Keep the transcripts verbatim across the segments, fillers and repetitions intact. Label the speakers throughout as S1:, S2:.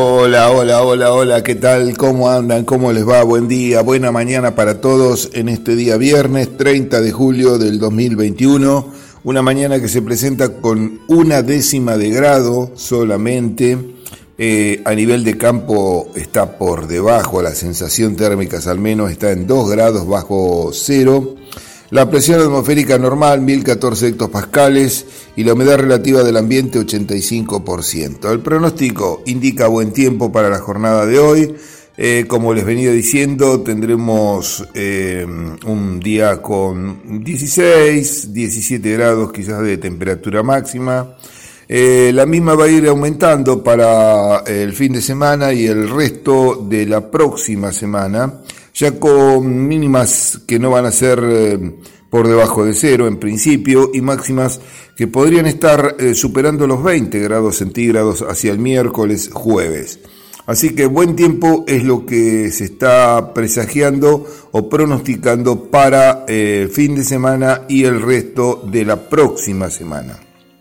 S1: Hola, hola, hola, hola, ¿qué tal? ¿Cómo andan? ¿Cómo les va? Buen día, buena mañana para todos en este día viernes treinta de julio del dos mil veintiuno. Una mañana que se presenta con una décima de grado solamente. Eh, a nivel de campo está por debajo, la sensación térmica al menos está en dos grados bajo cero. La presión atmosférica normal, mil catorce hectopascales, y la humedad relativa del ambiente, ochenta y cinco por ciento. El pronóstico indica buen tiempo para la jornada de hoy. Eh, como les venía diciendo, tendremos eh, un día con dieciséis, diecisiete grados quizás de temperatura máxima. Eh, la misma va a ir aumentando para el fin de semana y el resto de la próxima semana, ya con mínimas que no van a ser eh, por debajo de cero en principio y máximas que podrían estar eh, superando los veinte grados centígrados hacia el miércoles, jueves. Así que buen tiempo es lo que se está presagiando o pronosticando para el eh, fin de semana y el resto de la próxima semana.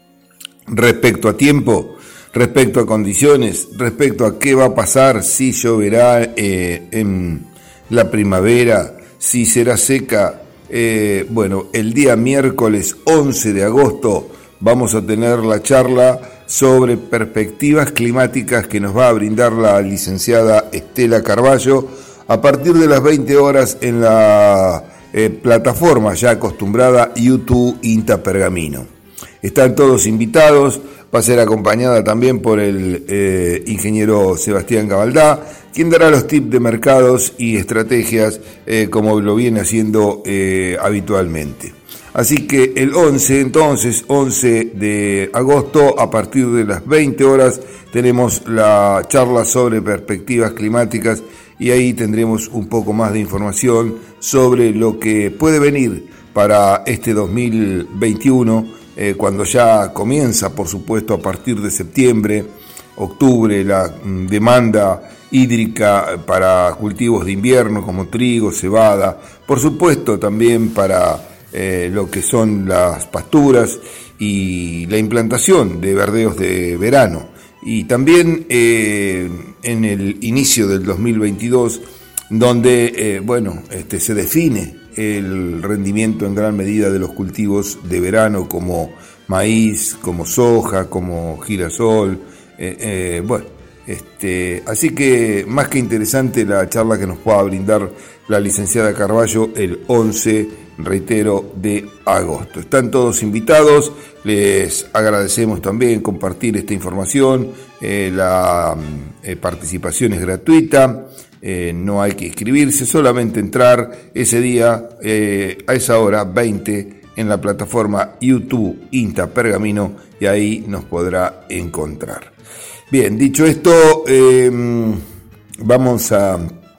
S1: Respecto a tiempo, respecto a condiciones, respecto a qué va a pasar, si lloverá eh, en la primavera, si será seca, eh, bueno, el día miércoles once de agosto vamos a tener la charla sobre perspectivas climáticas que nos va a brindar la licenciada Estela Carballo a partir de las veinte horas en la eh, plataforma ya acostumbrada YouTube INTA Pergamino. Están todos invitados, va a ser acompañada también por el eh, ingeniero Sebastián Gabaldá, quien dará los tips de mercados y estrategias eh, como lo viene haciendo eh, habitualmente. Así que el once, entonces, once de agosto, a partir de las veinte horas, tenemos la charla sobre perspectivas climáticas y ahí tendremos un poco más de información sobre lo que puede venir para este dos mil veintiuno, Eh, cuando ya comienza, por supuesto, a partir de septiembre, octubre, la mm, demanda hídrica para cultivos de invierno como trigo, cebada, por supuesto también para eh, lo que son las pasturas y la implantación de verdeos de verano. Y también eh, en el inicio del dos mil veintidós, donde eh, bueno, este, se define el rendimiento en gran medida de los cultivos de verano como maíz, como soja, como girasol, eh, eh, bueno, este, así que más que interesante la charla que nos pueda brindar la licenciada Carballo el once, reitero, de agosto. Están todos invitados, les agradecemos también compartir esta información, eh, la eh, participación es gratuita. Eh, no hay que inscribirse, solamente entrar ese día eh, a esa hora veinte en la plataforma YouTube INTA Pergamino y ahí nos podrá encontrar. Bien, dicho esto, eh, vamos a,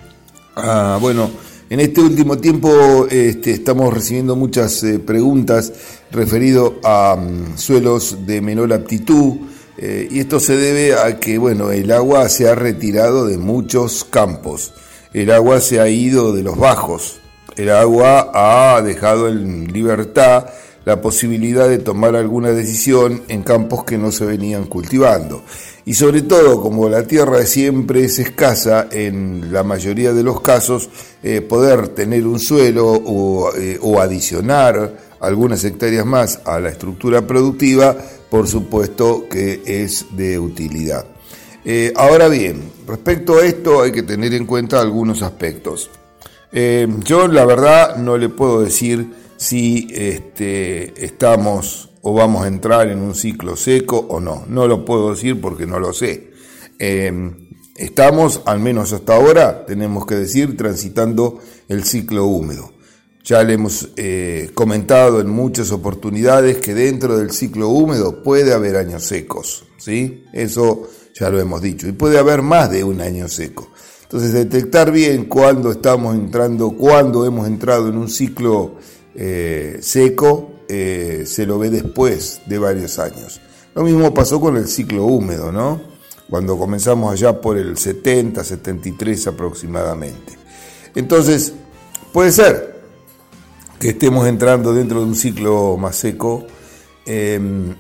S1: a, bueno, en este último tiempo este, estamos recibiendo muchas eh, preguntas referido a um, suelos de menor aptitud. Eh, y esto se debe a que, bueno, el agua se ha retirado de muchos campos, el agua se ha ido de los bajos, el agua ha dejado en libertad la posibilidad de tomar alguna decisión en campos que no se venían cultivando. Y sobre todo, como la tierra siempre es escasa, en la mayoría de los casos, eh, poder tener un suelo o, eh, o adicionar algunas hectáreas más a la estructura productiva, por supuesto que es de utilidad. Eh, ahora bien, respecto a esto hay que tener en cuenta algunos aspectos. Eh, yo la verdad no le puedo decir si este, estamos o vamos a entrar en un ciclo seco o no. No lo puedo decir porque no lo sé. Eh, estamos, al menos hasta ahora, tenemos que decir, transitando el ciclo húmedo. Ya le hemos eh, comentado en muchas oportunidades que dentro del ciclo húmedo puede haber años secos, ¿sí? Eso ya lo hemos dicho. Y puede haber más de un año seco. Entonces, detectar bien cuándo estamos entrando, cuándo hemos entrado en un ciclo eh, seco, eh, se lo ve después de varios años. Lo mismo pasó con el ciclo húmedo, ¿no? Cuando comenzamos allá por el setenta, setenta y tres aproximadamente. Entonces, puede ser que estemos entrando dentro de un ciclo más seco Eh,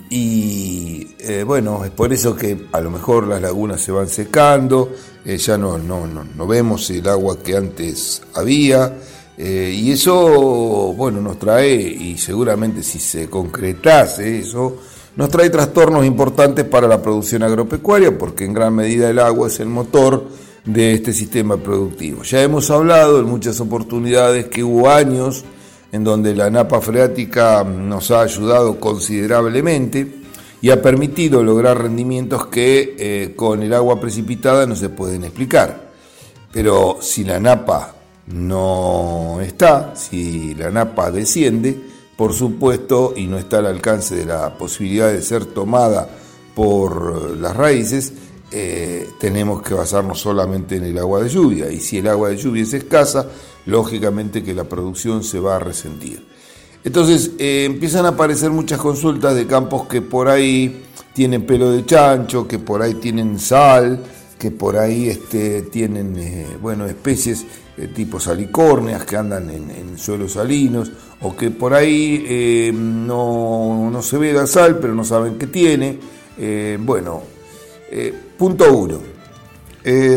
S1: y eh, bueno, es por eso que a lo mejor las lagunas se van secando, eh, ya no, no, no, no vemos el agua que antes había, eh, y eso, bueno, nos trae, y seguramente si se concretase eso, nos trae trastornos importantes para la producción agropecuaria, porque en gran medida el agua es el motor de este sistema productivo. Ya hemos hablado en muchas oportunidades que hubo años en donde la napa freática nos ha ayudado considerablemente y ha permitido lograr rendimientos que eh, con el agua precipitada no se pueden explicar. Pero si la napa no está, si la napa desciende, por supuesto, y no está al alcance de la posibilidad de ser tomada por las raíces, eh, tenemos que basarnos solamente en el agua de lluvia, y si el agua de lluvia es escasa, lógicamente que la producción se va a resentir. Entonces eh, empiezan a aparecer muchas consultas de campos que por ahí tienen pelo de chancho, que por ahí tienen sal, que por ahí este, tienen eh, bueno, especies eh, tipo salicórneas que andan en, en suelos salinos, o que por ahí eh, no, no se ve la sal pero no saben qué tiene. Eh, bueno, eh, punto uno. Eh,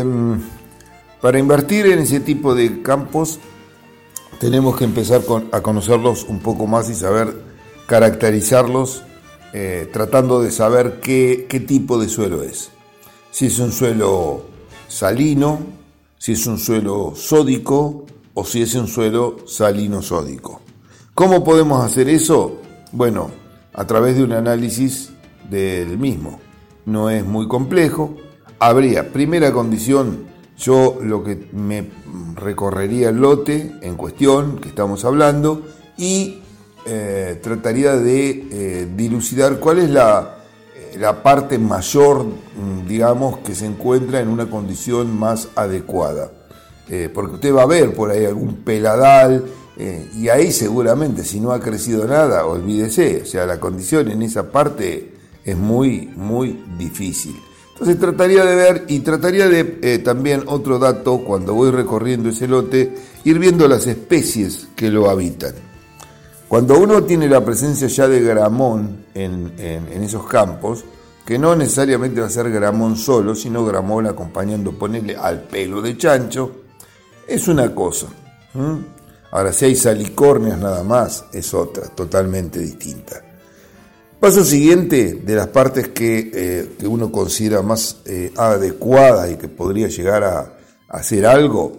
S1: Para invertir en ese tipo de campos tenemos que empezar con, a conocerlos un poco más y saber caracterizarlos, eh, tratando de saber qué, qué tipo de suelo es. Si es un suelo salino, si es un suelo sódico o si es un suelo salino-sódico. ¿Cómo podemos hacer eso? Bueno, a través de un análisis del mismo. No es muy complejo. Habría, primera condición, yo lo que me recorrería el lote en cuestión que estamos hablando y eh, trataría de eh, dilucidar cuál es la, eh, la parte mayor, digamos, que se encuentra en una condición más adecuada. Eh, porque usted va a ver por ahí algún peladal eh, y ahí seguramente si no ha crecido nada, olvídese. O sea, la condición en esa parte es muy, muy difícil. Entonces trataría de ver y trataría de eh, también otro dato cuando voy recorriendo ese lote, ir viendo las especies que lo habitan. Cuando uno tiene la presencia ya de gramón en, en, en esos campos, que no necesariamente va a ser gramón solo, sino gramón acompañando, ponerle al pelo de chancho, es una cosa. ¿Mm? Ahora, si hay salicórneas nada más, es otra, totalmente distinta. Paso siguiente, de las partes que, eh, que uno considera más eh, adecuadas y que podría llegar a, a hacer algo,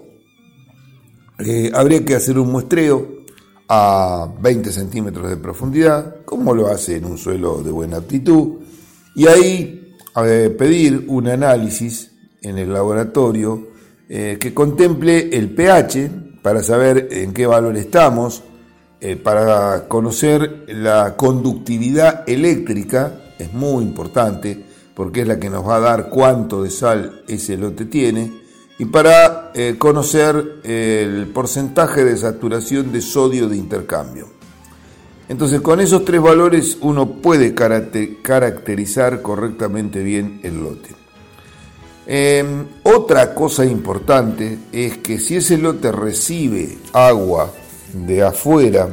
S1: eh, habría que hacer un muestreo a veinte centímetros de profundidad, como lo hace en un suelo de buena aptitud, y ahí eh, pedir un análisis en el laboratorio eh, que contemple el pH para saber en qué valor estamos, Eh, para conocer la conductividad eléctrica, es muy importante porque es la que nos va a dar cuánto de sal ese lote tiene, y para eh, conocer el porcentaje de saturación de sodio de intercambio. Entonces, con esos tres valores uno puede caracter- caracterizar correctamente bien el lote. Eh, otra cosa importante es que si ese lote recibe agua de afuera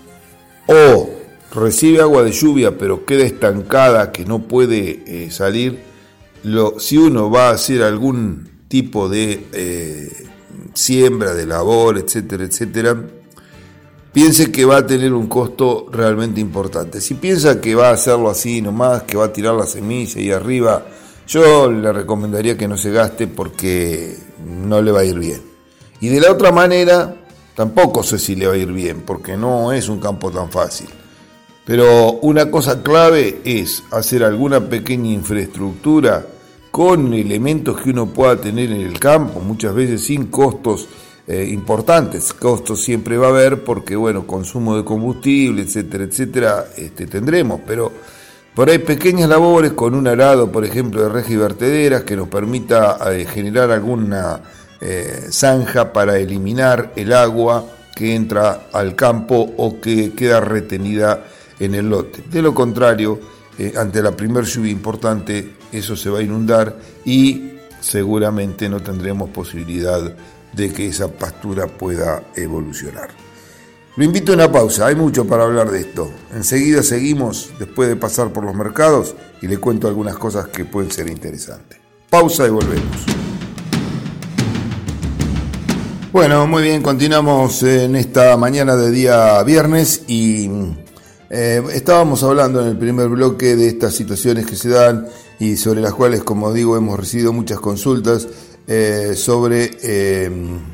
S1: o recibe agua de lluvia pero queda estancada, que no puede eh, salir, lo, si uno va a hacer algún tipo de eh, siembra, de labor, etcétera, etcétera, piense que va a tener un costo realmente importante. Si piensa que va a hacerlo así nomás, que va a tirar la semilla y arriba, yo le recomendaría que no se gaste porque no le va a ir bien. Y de la otra manera, tampoco sé si le va a ir bien, porque no es un campo tan fácil. Pero una cosa clave es hacer alguna pequeña infraestructura con elementos que uno pueda tener en el campo, muchas veces sin costos eh, importantes. Costos siempre va a haber porque, bueno, consumo de combustible, etcétera, etcétera, este, tendremos. Pero por ahí pequeñas labores con un arado, por ejemplo, de rejas y vertederas que nos permita eh, generar alguna Eh, zanja para eliminar el agua que entra al campo o que queda retenida en el lote. De lo contrario, eh, ante la primer lluvia importante, eso se va a inundar y seguramente no tendremos posibilidad de que esa pastura pueda evolucionar. Lo invito a una pausa, hay mucho para hablar de esto. Enseguida seguimos después de pasar por los mercados y le cuento algunas cosas que pueden ser interesantes. Pausa y volvemos. Bueno, muy bien, continuamos en esta mañana de día viernes y eh, estábamos hablando en el primer bloque de estas situaciones que se dan y sobre las cuales, como digo, hemos recibido muchas consultas eh, sobre eh,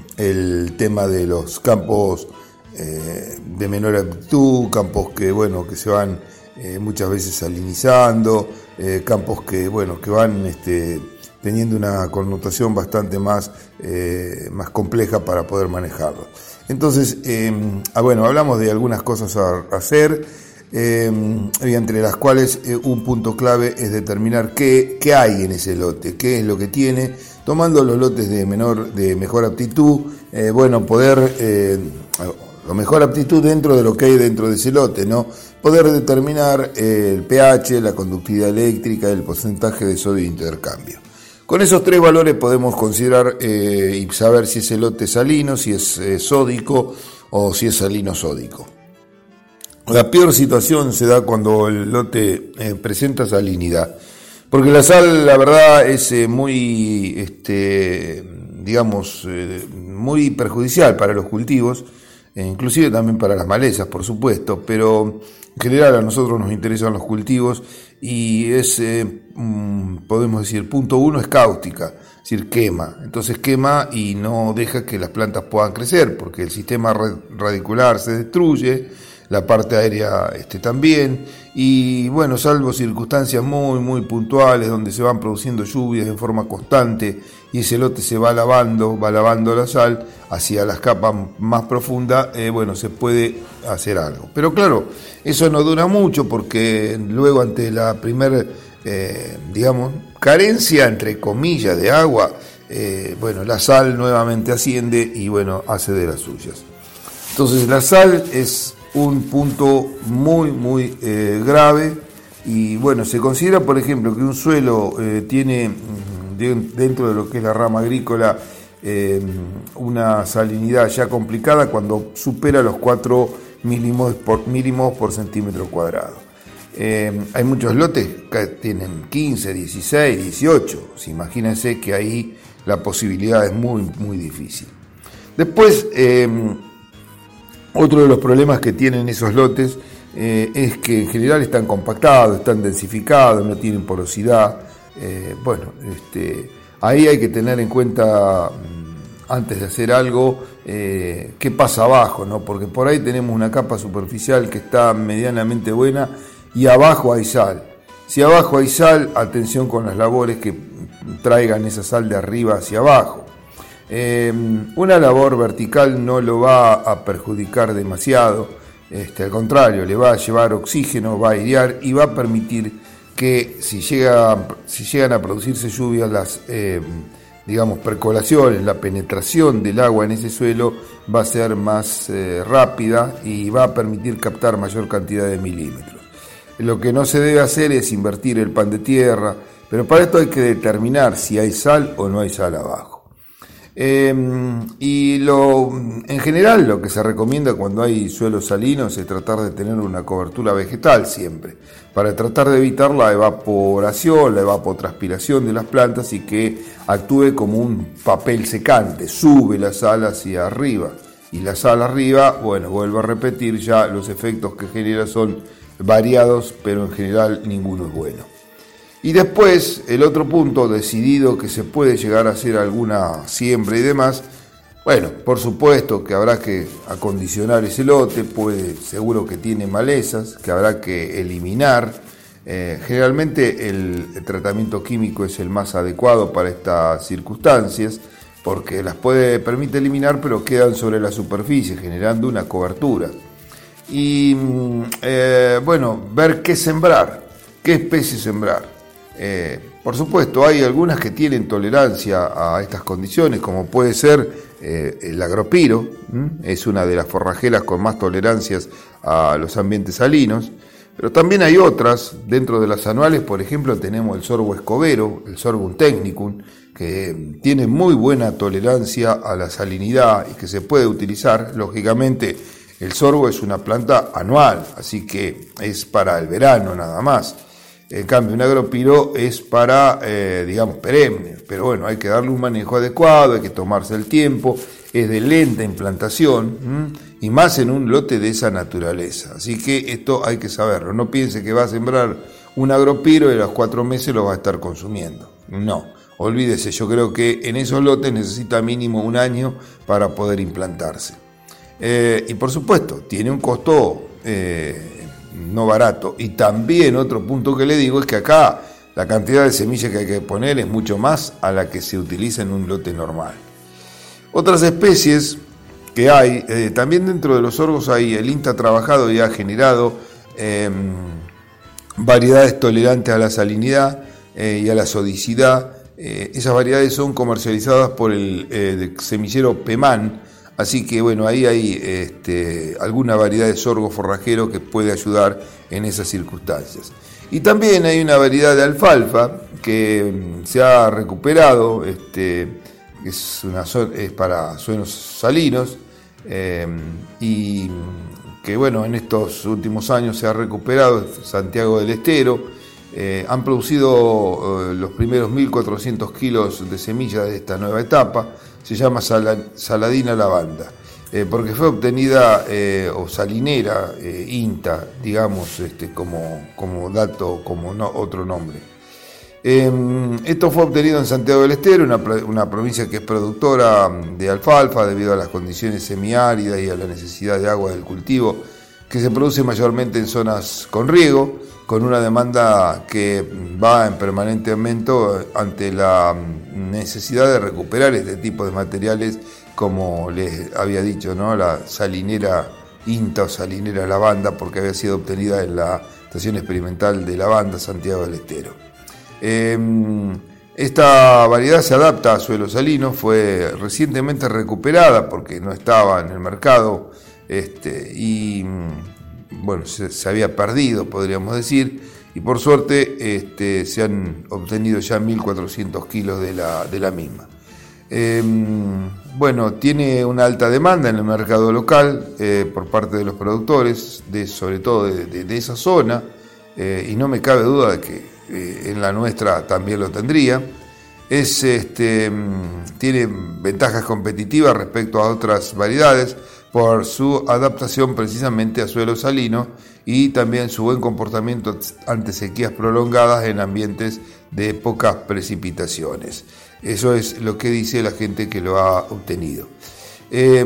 S1: el tema de los campos eh, de menor aptitud, campos que, bueno, que se van eh, muchas veces salinizando, eh, campos que, bueno, que van este, teniendo una connotación bastante más, eh, más compleja para poder manejarlo. Entonces, eh, ah, bueno, hablamos de algunas cosas a hacer, eh, entre las cuales eh, un punto clave es determinar qué, qué hay en ese lote, qué es lo que tiene, tomando los lotes de menor, de mejor aptitud, eh, bueno, poder, eh, lo mejor aptitud dentro de lo que hay dentro de ese lote, ¿no? Poder determinar eh, el pH, la conductividad eléctrica, el porcentaje de sodio de intercambio. Con esos tres valores podemos considerar eh, y saber si ese lote es salino, si es eh, sódico o si es salino-sódico. La peor situación se da cuando el lote eh, presenta salinidad, porque la sal, la verdad, es eh, muy, este, digamos, eh, muy perjudicial para los cultivos, eh, inclusive también para las malezas, por supuesto, pero en general a nosotros nos interesan los cultivos y es, eh, mm, podemos decir, punto uno es cáustica, es decir, quema. Entonces quema y no deja que las plantas puedan crecer porque el sistema radicular se destruye, la parte aérea este, también, y bueno, salvo circunstancias muy, muy puntuales donde se van produciendo lluvias en forma constante y ese lote se va lavando, va lavando la sal hacia las capas más profundas, eh, bueno, se puede hacer algo. Pero claro, eso no dura mucho porque luego ante la primer, eh, digamos, carencia, entre comillas, de agua, eh, bueno, la sal nuevamente asciende y bueno, hace de las suyas. Entonces la sal es un punto muy, muy eh, grave y bueno, se considera, por ejemplo, que un suelo eh, tiene de, dentro de lo que es la rama agrícola eh, una salinidad ya complicada cuando supera los cuatro milimos por, milimos por centímetro cuadrado. Eh, hay muchos lotes que tienen quince, dieciséis, dieciocho, imagínense que ahí la posibilidad es muy, muy difícil. Después, eh, otro de los problemas que tienen esos lotes eh, es que en general están compactados, están densificados, no tienen porosidad. Eh, bueno, este, ahí hay que tener en cuenta, antes de hacer algo, eh, qué pasa abajo, ¿no? Porque por ahí tenemos una capa superficial que está medianamente buena y abajo hay sal. Si abajo hay sal, atención con las labores que traigan esa sal de arriba hacia abajo. Eh, una labor vertical no lo va a perjudicar demasiado, este, al contrario, le va a llevar oxígeno, va a airear y va a permitir que si, llega, si llegan a producirse lluvias, las eh, digamos percolaciones, la penetración del agua en ese suelo va a ser más eh, rápida y va a permitir captar mayor cantidad de milímetros. Lo que no se debe hacer es invertir el pan de tierra, pero para esto hay que determinar si hay sal o no hay sal abajo. Eh, y lo, en general lo que se recomienda cuando hay suelos salinos es tratar de tener una cobertura vegetal siempre, para tratar de evitar la evaporación, la evapotranspiración de las plantas y que actúe como un papel secante, sube la sal hacia arriba y la sal arriba, bueno, vuelvo a repetir, ya los efectos que genera son variados, pero en general ninguno es bueno. Y después, el otro punto, decidido que se puede llegar a hacer alguna siembra y demás, bueno, por supuesto que habrá que acondicionar ese lote, puede, seguro que tiene malezas, que habrá que eliminar. Eh, generalmente el, el tratamiento químico es el más adecuado para estas circunstancias, porque las puede, permite eliminar, pero quedan sobre la superficie, generando una cobertura. Y, eh, bueno, ver qué sembrar, qué especie sembrar. Eh, por supuesto, hay algunas que tienen tolerancia a estas condiciones, como puede ser eh, el agropiro, ¿m? Es una de las forrajeras con más tolerancias a los ambientes salinos, pero también hay otras, dentro de las anuales, por ejemplo, tenemos el sorgo escobero, el sorghum technicum, que tiene muy buena tolerancia a la salinidad y que se puede utilizar, lógicamente, El sorgo es una planta anual, así que es para el verano nada más. En cambio, un agropiro es para, eh, digamos, perenne. Pero bueno, hay que darle un manejo adecuado, hay que tomarse el tiempo, es de lenta implantación, ¿m? y más en un lote de esa naturaleza. Así que esto hay que saberlo. No piense que va a sembrar un agropiro y a los cuatro meses lo va a estar consumiendo. No, olvídese, yo creo que en esos lotes necesita mínimo un año para poder implantarse. Eh, y por supuesto, tiene un costo eh, no barato. Y también otro punto que le digo es que acá la cantidad de semillas que hay que poner es mucho más a la que se utiliza en un lote normal. Otras especies que hay, eh, también dentro de los sorgos hay, el INTA ha trabajado y ha generado eh, variedades tolerantes a la salinidad eh, y a la sodicidad. Eh, esas variedades son comercializadas por el eh, semillero Peman. Así que bueno, ahí hay este, alguna variedad de sorgo forrajero que puede ayudar en esas circunstancias. Y también hay una variedad de alfalfa que se ha recuperado, este, es, una, es para suelos salinos, eh, y que bueno, en estos últimos años se ha recuperado Santiago del Estero. Eh, han producido eh, los primeros mil cuatrocientos kilos de semillas de esta nueva etapa. Se llama sal, saladina lavanda, eh, porque fue obtenida, eh, o salinera, eh, INTA, digamos, este, como, como dato, como no, otro nombre. Eh, esto fue obtenido en Santiago del Estero, una, una provincia que es productora de alfalfa debido a las condiciones semiáridas y a la necesidad de agua del cultivo, que se produce mayormente en zonas con riego, con una demanda que va en permanente aumento ante la necesidad de recuperar este tipo de materiales, como les había dicho, ¿no? La salinera INTA o salinera lavanda, porque había sido obtenida en la estación experimental de lavanda Santiago del Estero. Eh, esta variedad se adapta a suelos salinos, fue recientemente recuperada porque no estaba en el mercado este, y bueno, se, se había perdido, podríamos decir, y por suerte este, se han obtenido ya mil cuatrocientos kilos de la, de la misma. Eh, bueno, tiene una alta demanda en el mercado local eh, por parte de los productores, de, sobre todo de, de, de esa zona, eh, y no me cabe duda de que eh, en la nuestra también lo tendría. Es, este, tiene ventajas competitivas respecto a otras variedades por su adaptación precisamente a suelo salino y también su buen comportamiento ante sequías prolongadas en ambientes de pocas precipitaciones. Eso es lo que dice la gente que lo ha obtenido. Eh,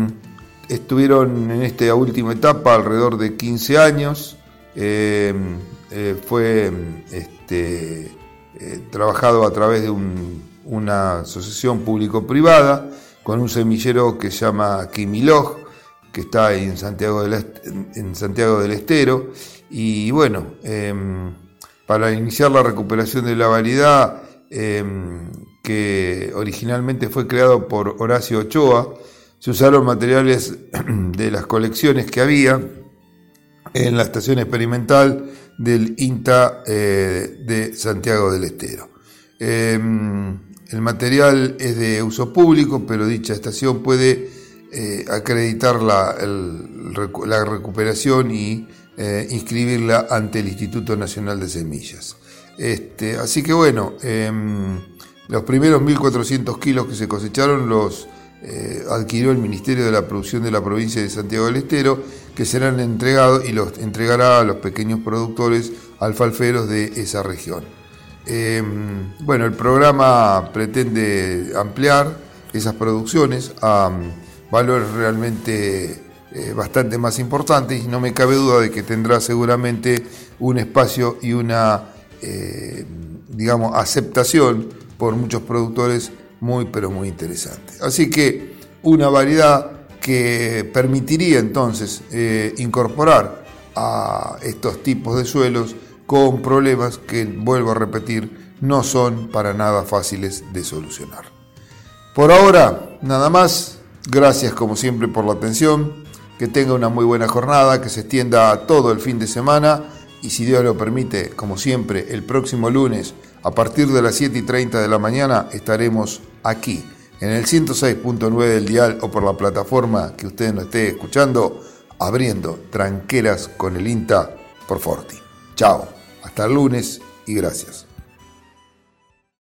S1: estuvieron en esta última etapa alrededor de quince años. Eh, eh, fue este, eh, trabajado a través de un, una asociación público-privada con un semillero que se llama Quimiloj, que está en Santiago del, en Santiago del Estero. Y bueno, eh, para iniciar la recuperación de la variedad, eh, que originalmente fue creado por Horacio Ochoa, se usaron materiales de las colecciones que había en la estación experimental del INTA eh, de Santiago del Estero. Eh, el material es de uso público, pero dicha estación puede eh, acreditar la, el, la recuperación y eh, inscribirla ante el Instituto Nacional de Semillas. Este, así que bueno, eh, los primeros mil cuatrocientos kilos que se cosecharon los eh, adquirió el Ministerio de la Producción de la provincia de Santiago del Estero, que serán entregados y los entregará a los pequeños productores alfalferos de esa región. Eh, bueno, el programa pretende ampliar esas producciones a um, valores realmente eh, bastante más importantes, y no me cabe duda de que tendrá seguramente un espacio y una eh, digamos aceptación por muchos productores muy pero muy interesante. Así que una variedad que permitiría entonces eh, incorporar a estos tipos de suelos con problemas que, vuelvo a repetir, no son para nada fáciles de solucionar. Por ahora, nada más. Gracias como siempre por la atención. Que tenga una muy buena jornada, que se extienda todo el fin de semana, y si Dios lo permite, como siempre, el próximo lunes a partir de las siete y treinta de la mañana estaremos aquí en el ciento seis punto nueve del dial o por la plataforma que usted nos esté escuchando, abriendo tranqueras con el INTA por Forti. Chao, hasta el lunes y gracias.